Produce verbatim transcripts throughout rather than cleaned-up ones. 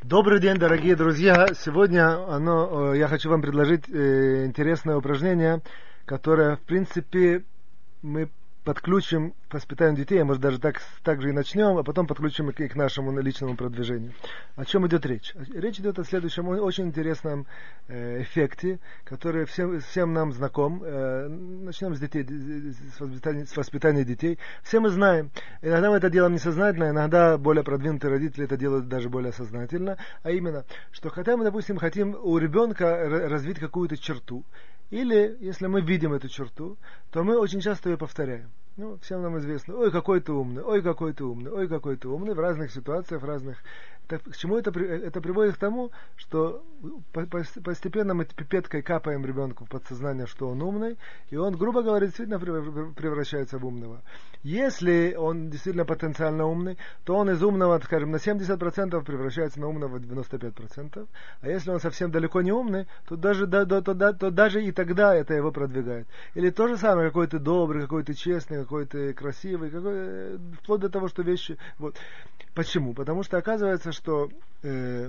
Добрый день, дорогие друзья. Сегодня оно, я хочу вам предложить э, интересное упражнение, которое, в принципе, мы подключим к воспитанию детей, а может даже так, так же и начнем, а потом подключим и к нашему личному продвижению. О чем идет речь? Речь идет о следующем очень интересном э, эффекте, который всем, всем нам знаком. Э, начнем с детей, с воспитания, с воспитания детей. Все мы знаем, иногда мы это делаем несознательно, иногда более продвинутые родители это делают даже более сознательно, а именно, что хотя мы, допустим, хотим у ребенка развить какую-то черту, или, если мы видим эту черту, то мы очень часто ее повторяем. Ну, всем нам известно, ой, какой ты умный, ой, какой ты умный, ой, какой ты умный, в разных ситуациях, в разных... Так, к чему это, это приводит к тому, что постепенно мы пипеткой капаем ребенку в подсознание, что он умный, и он, грубо говоря, действительно превращается в умного. Если он действительно потенциально умный, то он из умного, скажем, на семьдесят процентов превращается на умного в девяносто пять процентов, а если он совсем далеко не умный, то даже, то, то, то, то даже и тогда это его продвигает. Или то же самое, какой ты добрый, какой ты честный, какой ты красивый, какой, вплоть до того, что вещи... Вот. Почему? Потому что оказывается, что э,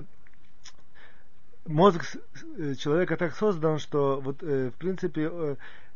мозг человека так создан, что вот, э, в принципе э,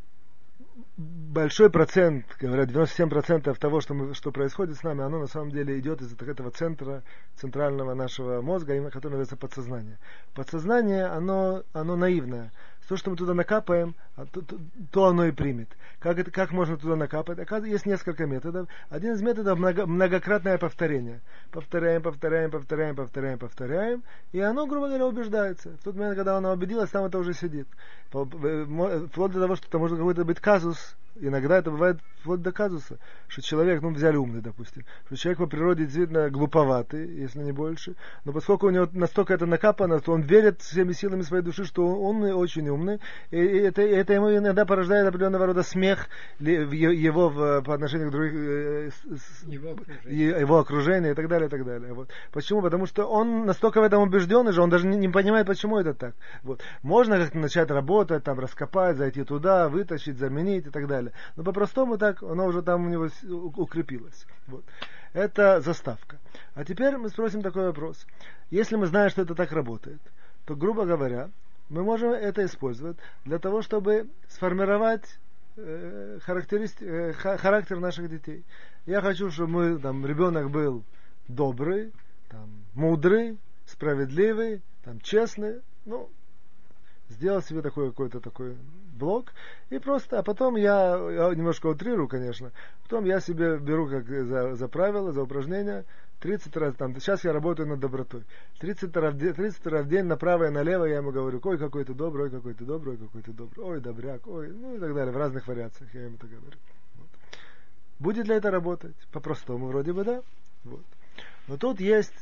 большой процент, говорят, девяносто семь процентов того, что, мы, что происходит с нами, оно на самом деле идет из этого центра, центрального нашего мозга, который называется подсознание. Подсознание, оно, оно наивное. То, что мы туда накапаем, то, то, то оно и примет. Как, это, как можно туда накапать? Есть несколько методов. Один из методов много, многократное повторение. Повторяем, повторяем, повторяем, повторяем, повторяем. И оно, грубо говоря, убеждается. В тот момент, когда оно убедилось, там это уже сидит. Вплоть до того, что это может какой-то быть казус. Иногда это бывает вплоть до казуса, что человек, ну, взяли умный, допустим, что человек по природе действительно глуповатый, если не больше, но поскольку у него настолько это накапано, то он верит всеми силами своей души, что он умный, очень умный, и это, это ему иногда порождает определенного рода смех его в, по отношению к другим, его окружению, его окружению и так далее, и так далее. Вот. Почему? Потому что он настолько в этом убежден, уже он даже не, не понимает, почему это так. Вот. Можно как-то начать работать, там, раскопать, зайти туда, вытащить, заменить и так далее. Но по-простому так, оно уже там у него укрепилось. Вот. Это заставка. А теперь мы спросим такой вопрос. Если мы знаем, что это так работает, то, грубо говоря, мы можем это использовать для того, чтобы сформировать э, характеристик, э, характер наших детей. Я хочу, чтобы мы, там, ребенок был добрый, там, мудрый, справедливый, там, честный, ну, сделал себе такой какой-то такой блок, и просто, а потом я, я немножко утрирую, конечно, потом я себе беру как за, за правило, за упражнение, тридцать раз, там, сейчас я работаю над добротой, тридцать раз, тридцать раз в день направо и налево я ему говорю, ой, какой ты добрый, ой, какой ты добрый, ой, какой ты добрый, ой, добряк, ой, ну и так далее, в разных вариациях я ему это говорю. Вот. Будет ли это работать? По-простому вроде бы, да? Вот. Но тут есть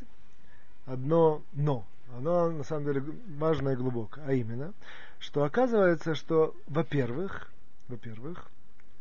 одно но. Оно на самом деле важно и глубоко, а именно, что оказывается, что, во-первых, во-первых,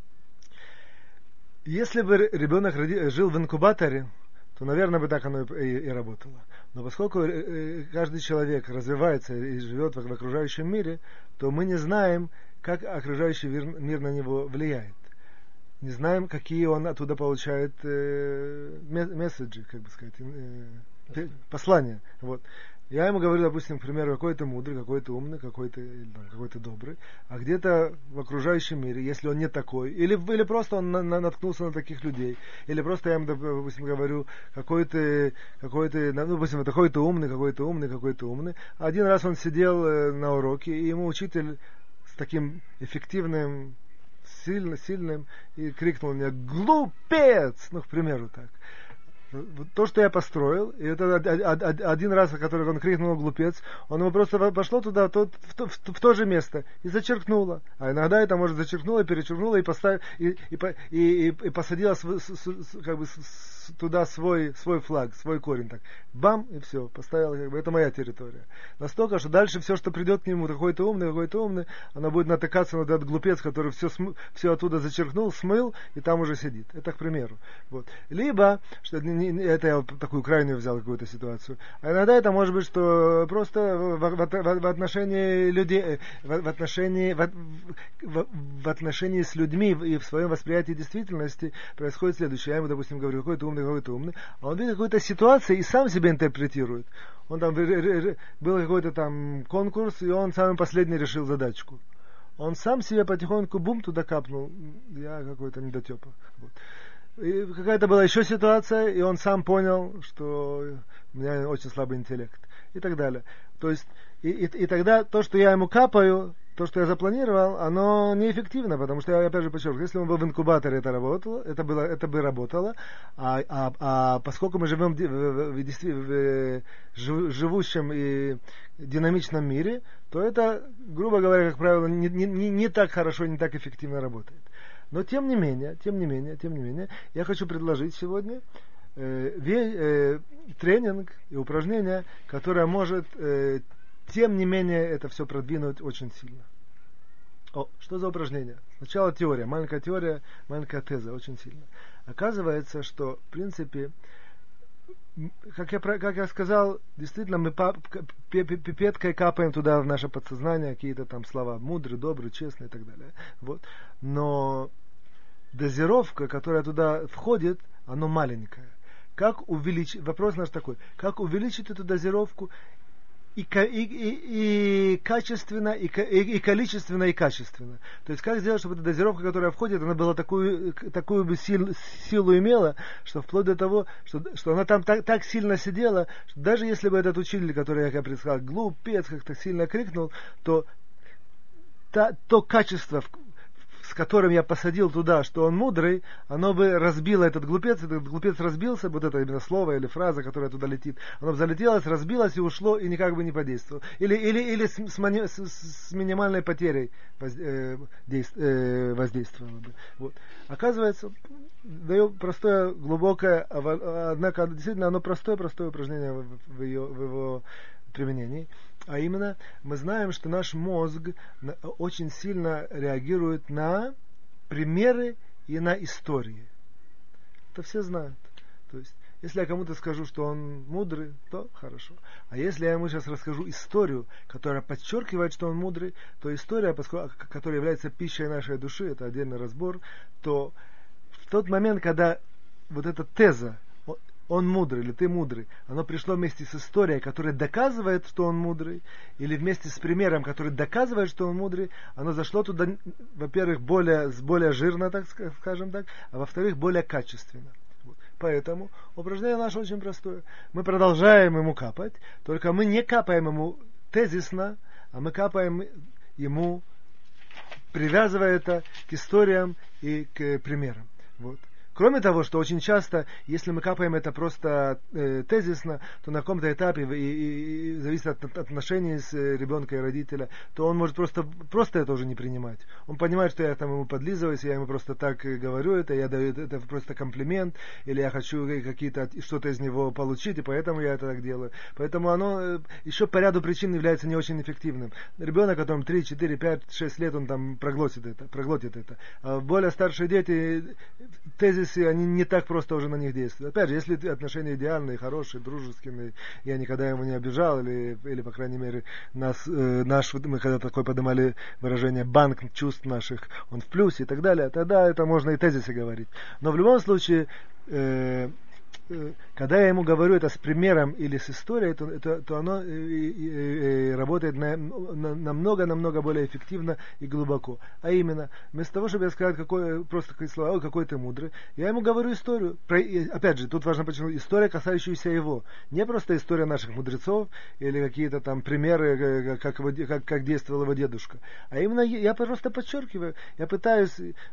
если бы ребенок жил в инкубаторе, то, наверное, бы так оно и, и работало. Но поскольку каждый человек развивается и живет в окружающем мире, то мы не знаем, как окружающий мир, мир на него влияет. Не знаем, какие он оттуда получает э, месседжи, как бы сказать, э, послания. Вот. Я ему говорю, допустим, к примеру, какой ты мудрый, какой ты умный, какой ты, какой ты добрый, а где-то в окружающем мире, если он не такой, или, или просто он на, на, наткнулся на таких людей, или просто я ему, допустим, говорю, какой ты, какой ты, ну, допустим, какой ты умный, какой ты умный, какой ты умный. Один раз он сидел на уроке, и ему учитель с таким эффективным, сильно, сильным, и крикнул мне: «Глупец!» Ну, к примеру, так. То, что я построил, и это один раз, который он крикнул «глупец», он ему просто пошло туда, в то, в, в, в то же место, и зачеркнуло. А иногда это, может, зачеркнуло, перечеркнуло, и, поставил, и, и, и, и, и посадило с, с, с, как бы, с, туда свой, свой флаг, свой корень. Так. Бам, и все, поставил, как бы, это моя территория. Настолько, что дальше все, что придет к нему, какой-то умный, какой-то умный, оно будет натыкаться на этот глупец, который все, см, все оттуда зачеркнул, смыл, и там уже сидит. Это к примеру. Вот. Либо, что это я такую крайнюю взял какую-то ситуацию. А иногда это может быть, что просто в, в, в, в отношении людей, в, в отношении в, в, в отношении с людьми и в своем восприятии действительности происходит следующее. Я ему, допустим, говорю, какой ты умный, какой-то умный, а он видит какую-то ситуацию и сам себя интерпретирует. Он там, был какой-то там конкурс, и он самый последний решил задачку. Он сам себе потихоньку, бум, туда капнул. Я какой-то недотепа. Вот. И какая-то была еще ситуация, и он сам понял, что у меня очень слабый интеллект. И так далее. То есть, и, и, и тогда то, что я ему капаю, то, что я запланировал, оно неэффективно, потому что я опять же подчеркиваю, если он был в инкубаторе, это работало, это, было, это бы работало, а, а, а поскольку мы живем в, в, в, в, в живущем и динамичном мире, то это, грубо говоря, как правило, не, не, не так хорошо, не так эффективно работает. Но тем не менее, тем не менее, тем не менее, я хочу предложить сегодня э, ве, э, тренинг и упражнение, которое может, э, тем не менее, это все продвинуть очень сильно. О, что за упражнение? Сначала теория, маленькая теория, маленькая теза, очень сильно. Оказывается, что, в принципе, как я, как я сказал, действительно, мы пипеткой капаем туда в наше подсознание какие-то там слова, мудрый, добрый, честный и так далее. Вот. Но дозировка, которая туда входит, она маленькая. Как увеличить, вопрос наш такой, как увеличить эту дозировку и, и, и, и качественно, и, и, и количественно, и качественно. То есть как сделать, чтобы эта дозировка, которая входит, она была такую, такую бы сил, силу имела, что вплоть до того, что, что она там так, так сильно сидела, что даже если бы этот учитель, который, как я предсказал, глупец, как-то сильно крикнул, то та, то качество, с которым я посадил туда, что он мудрый, оно бы разбило этот глупец, этот глупец разбился, вот это именно слово или фраза, которая туда летит, оно бы залетелось, разбилось и ушло, и никак бы не подействовало. Или, или, или с, с, мани, с, с минимальной потерей воз, э, действ, э, воздействовало бы. Вот. Оказывается, даю простое, глубокое, однако действительно оно простое-простое упражнение в, в, ее, в его применении. А именно, мы знаем, что наш мозг очень сильно реагирует на примеры и на истории. Это все знают. То есть, если я кому-то скажу, что он мудрый, то хорошо. А если я ему сейчас расскажу историю, которая подчеркивает, что он мудрый, то история, поскольку, которая является пищей нашей души, это отдельный разбор, то в тот момент, когда вот эта теза, он мудрый или ты мудрый, оно пришло вместе с историей, которая доказывает, что он мудрый, или вместе с примером, который доказывает, что он мудрый, оно зашло туда, во-первых, более, более жирно, так скажем так, а во-вторых, более качественно. Вот. Поэтому упражнение наше очень простое. Мы продолжаем ему капать, только мы не капаем ему тезисно, а мы капаем ему, привязывая это к историям и к примерам. Вот. Кроме того, что очень часто, если мы капаем это просто э, тезисно, то на каком-то этапе, и, и, и зависит от, от отношений с э, ребенка и родителя, то он может просто, просто это уже не принимать. Он понимает, что я там ему подлизываюсь, я ему просто так говорю это, я даю это просто комплимент, или я хочу какие-то, что-то из него получить, и поэтому я это так делаю. Поэтому оно э, еще по ряду причин является не очень эффективным. Ребенок, которому три, четыре, пять, шесть лет, он там проглотит это. Проглотит это. А более старшие дети, тезис они не так просто уже на них действуют. Опять же, если отношения идеальные, хорошие, дружеские, я никогда ему не обижал, или, или по крайней мере, нас, э, наш, мы когда такое поднимали выражение банк чувств наших, он в плюсе и так далее, тогда это можно и тезисы говорить. Но в любом случае, э, когда я ему говорю это с примером или с историей, то, то, то оно и, и, и работает намного-намного на, более эффективно и глубоко. А именно, вместо того, чтобы я сказал какой, просто какие слова, ой, какой ты мудрый, я ему говорю историю. Про, опять же, тут важно подчеркнуть, история, касающаяся его. Не просто история наших мудрецов или какие-то там примеры, как, его, как, как действовал его дедушка. А именно я просто подчеркиваю, я пытаюсь,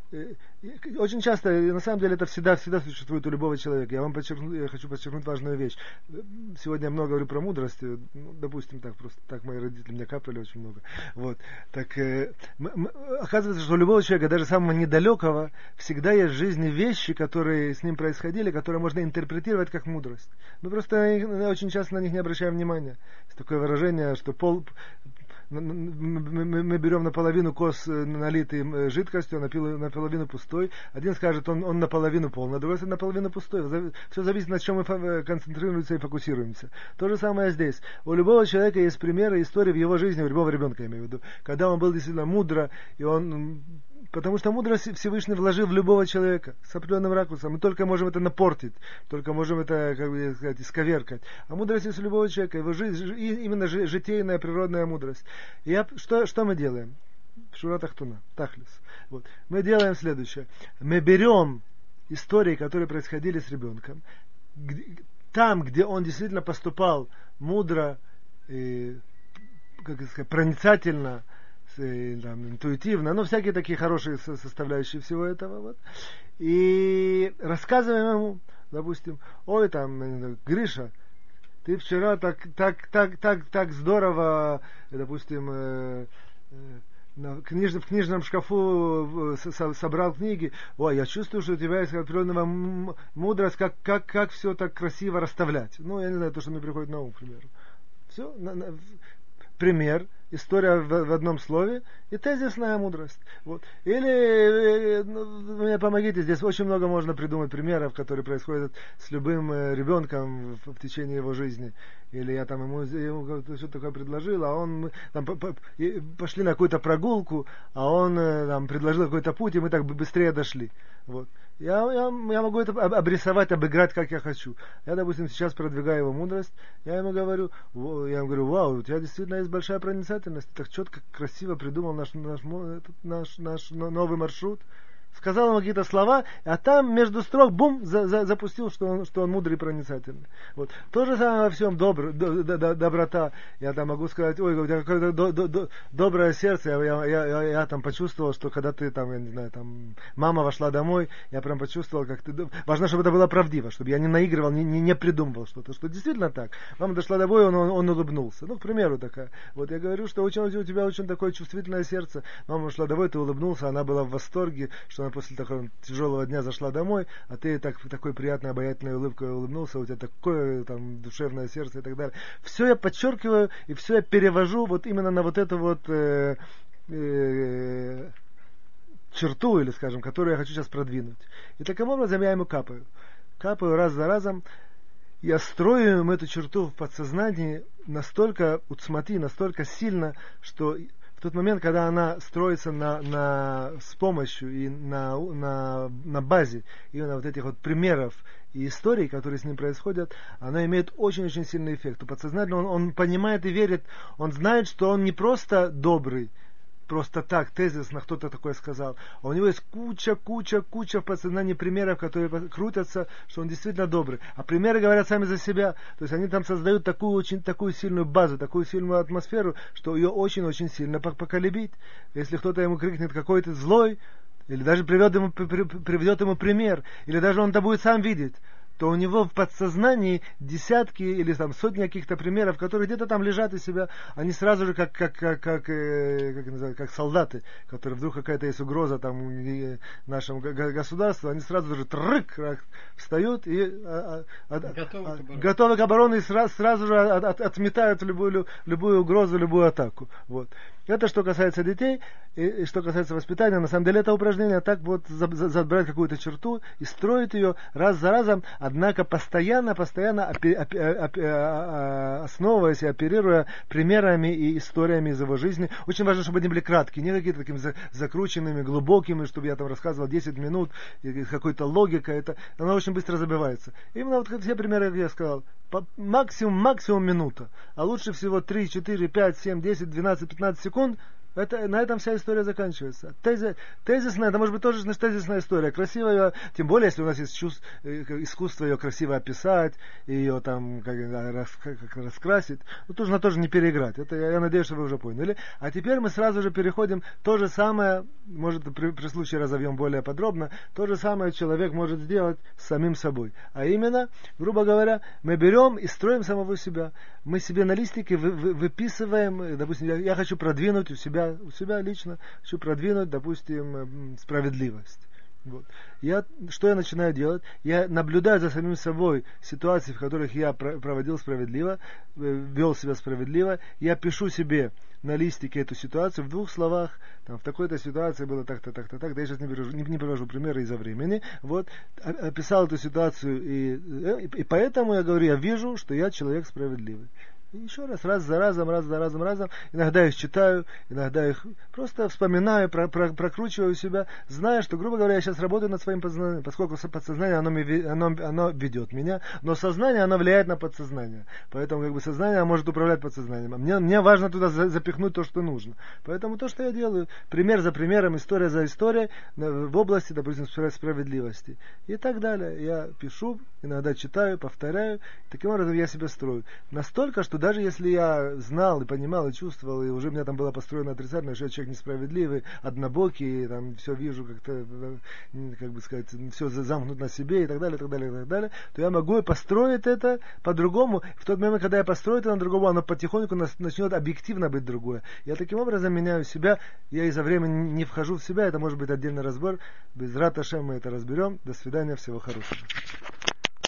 очень часто, на самом деле это всегда, всегда существует у любого человека. Я вам подчеркну, я хочу подчеркнуть важную вещь. Сегодня я много говорю про мудрость. Ну, допустим, так просто так мои родители мне капали очень много. Вот. Так, э, м- м- оказывается, что у любого человека, даже самого недалекого, всегда есть в жизни вещи, которые с ним происходили, которые можно интерпретировать как мудрость. Мы просто очень часто на них не обращаем внимания. Есть такое выражение, что пол... Мы, мы, мы берем наполовину кос налитый жидкостью, а наполовину пустой. Один скажет, он, он наполовину полный, а другой скажет, наполовину пустой. Все зависит, на чем мы концентрируемся и фокусируемся. То же самое здесь. У любого человека есть примеры, истории в его жизни, у любого ребенка, я имею в виду, когда он был действительно мудро, и он Потому что мудрость Всевышний вложил в любого человека с определенным ракурсом. Мы только можем это напортить, только можем это, как бы сказать, исковеркать. А мудрость есть у любого человека, его жизнь, именно житейная, природная мудрость. И я, что, что мы делаем? Шура Тахтуна, Тахлис. Вот. Мы делаем следующее. Мы берем истории, которые происходили с ребенком, там, где он действительно поступал мудро, и, как сказать, проницательно, там, интуитивно, ну, всякие такие хорошие составляющие всего этого. Вот. И рассказываем ему, допустим, ой, там, Гриша, ты вчера так, так, так, так, так здорово, допустим, э, э, в книжном, в книжном шкафу собрал книги. Ой, я чувствую, что у тебя есть определенная мудрость, как, как, как все так красиво расставлять. Ну, я не знаю, то, что мне приходит на ум, к примеру. Все, на, на, пример, история в, в одном слове и тезисная мудрость. Вот. Или, ну, мне помогите, здесь очень много можно придумать примеров, которые происходят с любым ребенком в, в течение его жизни. Или я там ему, ему что-то такое предложил, а он там, по, по, пошли на какую-то прогулку, а он там предложил какой-то путь, и мы так быстрее дошли. Вот. Я, я, я могу это обрисовать, обыграть, как я хочу. Я, допустим, сейчас продвигаю его мудрость, я ему говорю, я ему говорю, вау, у тебя действительно есть большая проницательность, ты так четко, красиво придумал наш, наш, наш, наш новый маршрут. Сказал ему какие-то слова, а там между строк, бум, за, за, запустил, что он, что он мудрый и проницательный. Вот. То же самое во всем, добр, до, до, до, доброта. Я там могу сказать, ой, у тебя какое-то до, до, до, доброе сердце. Я, я, я, я, я там почувствовал, что когда ты там, я не знаю, там, мама вошла домой, я прям почувствовал, как ты... Важно, чтобы это было правдиво, чтобы я не наигрывал, не, не, не придумывал что-то. Что действительно так. Мама дошла домой, он, он, он улыбнулся. Ну, к примеру, такая. Вот я говорю, что очень, у тебя очень такое чувствительное сердце. Мама ушла домой, ты улыбнулся, она была в восторге, что после такого тяжелого дня зашла домой, а ты так, такой приятной, обаятельной улыбкой улыбнулся, у тебя такое там душевное сердце и так далее. Все я подчеркиваю и все я перевожу вот именно на вот эту вот э, э, черту, или скажем, которую я хочу сейчас продвинуть. И таким образом я ему капаю. Капаю раз за разом. Я строю ему эту черту в подсознании настолько уцмати, настолько сильно, что в тот момент, когда она строится на, на, с помощью и на, на, на базе именно вот этих вот примеров и историй, которые с ним происходят, она имеет очень-очень сильный эффект. У подсознательного он, он понимает и верит, он знает, что он не просто добрый, просто так, тезисно кто-то такое сказал. А у него есть куча, куча, куча в подсознании примеров, которые крутятся, что он действительно добрый. А примеры говорят сами за себя. То есть они там создают такую очень такую сильную базу, такую сильную атмосферу, что ее очень-очень сильно поколебить. Если кто-то ему крикнет какой ты злой, или даже приведет ему, приведет ему пример, или даже он это будет сам видеть, то у него в подсознании десятки или там сотни каких-то примеров, которые где-то там лежат у себя, они сразу же как, как, как, как, э, как, называют, как солдаты, которые вдруг какая-то есть угроза там нашему государству, они сразу же трык, встают и а, а, готовы, а, к готовы к обороне и сразу, сразу же от, от, отметают любую, любую угрозу, любую атаку. Вот. Это что касается детей, и, и что касается воспитания. На самом деле это упражнение так вот забрать какую-то черту и строить ее раз за разом, однако постоянно, постоянно опи, опи, опи, основываясь и оперируя примерами и историями из его жизни. Очень важно, чтобы они были краткие, не какие-то такими закрученными, глубокими, чтобы я там рассказывал десять минут, и какой-то логика, это, она очень быстро забывается. Именно вот все примеры, как я сказал, максимум, максимум минута, а лучше всего три, четыре, пять, семь, десять, двенадцать, пятнадцать секунд. Это, на этом вся история заканчивается. Тези, тезисная, это может быть тоже тезисная история. Красивая, тем более, если у нас есть чувств, искусство ее красиво описать, ее там как, рас, как раскрасить, ну, нужно тоже не переиграть. Это я, я надеюсь, что вы уже поняли. А теперь мы сразу же переходим, то же самое, может при, при случае разовьем более подробно, то же самое человек может сделать с самим собой. А именно, грубо говоря, мы берем и строим самого себя. Мы себе на листике вы, вы, выписываем, допустим, я, я хочу продвинуть у себя у себя лично хочу продвинуть, допустим, справедливость. Вот. Я, что я начинаю делать? Я наблюдаю за самим собой ситуации, в которых я проводил справедливо, вел себя справедливо. Я пишу себе на листике эту ситуацию в двух словах. Там, в такой-то ситуации было так-то, так-то, так. Да я сейчас не привожу, не, не привожу примеры из-за времени. Вот. Описал эту ситуацию, и, и, и поэтому я говорю, я вижу, что я человек справедливый. И еще раз, раз за разом, раз за разом, разом. Иногда их читаю, иногда их просто вспоминаю, про, про, прокручиваю себя, зная, что, грубо говоря, я сейчас работаю над своим подсознанием, поскольку подсознание, оно, оно, оно ведет меня, но сознание, оно влияет на подсознание. Поэтому, как бы, сознание может управлять подсознанием. А мне, мне важно туда запихнуть то, что нужно. Поэтому то, что я делаю, пример за примером, история за историей, в области, допустим, справедливости. И так далее. Я пишу, иногда читаю, повторяю. Таким образом я себя строю. Настолько, что даже если я знал и понимал и чувствовал, и уже у меня там было построено отрицательное, что я человек несправедливый, однобокий, там все вижу как-то, как бы сказать, все замкнут на себе и так далее, и так далее, и так далее, то я могу построить это по-другому. В тот момент, когда я построю это на другого, оно потихоньку начнет объективно быть другое. Я таким образом меняю себя, я из-за времени не вхожу в себя, это может быть отдельный разбор. Без рат Ашем мы это разберем. До свидания, всего хорошего.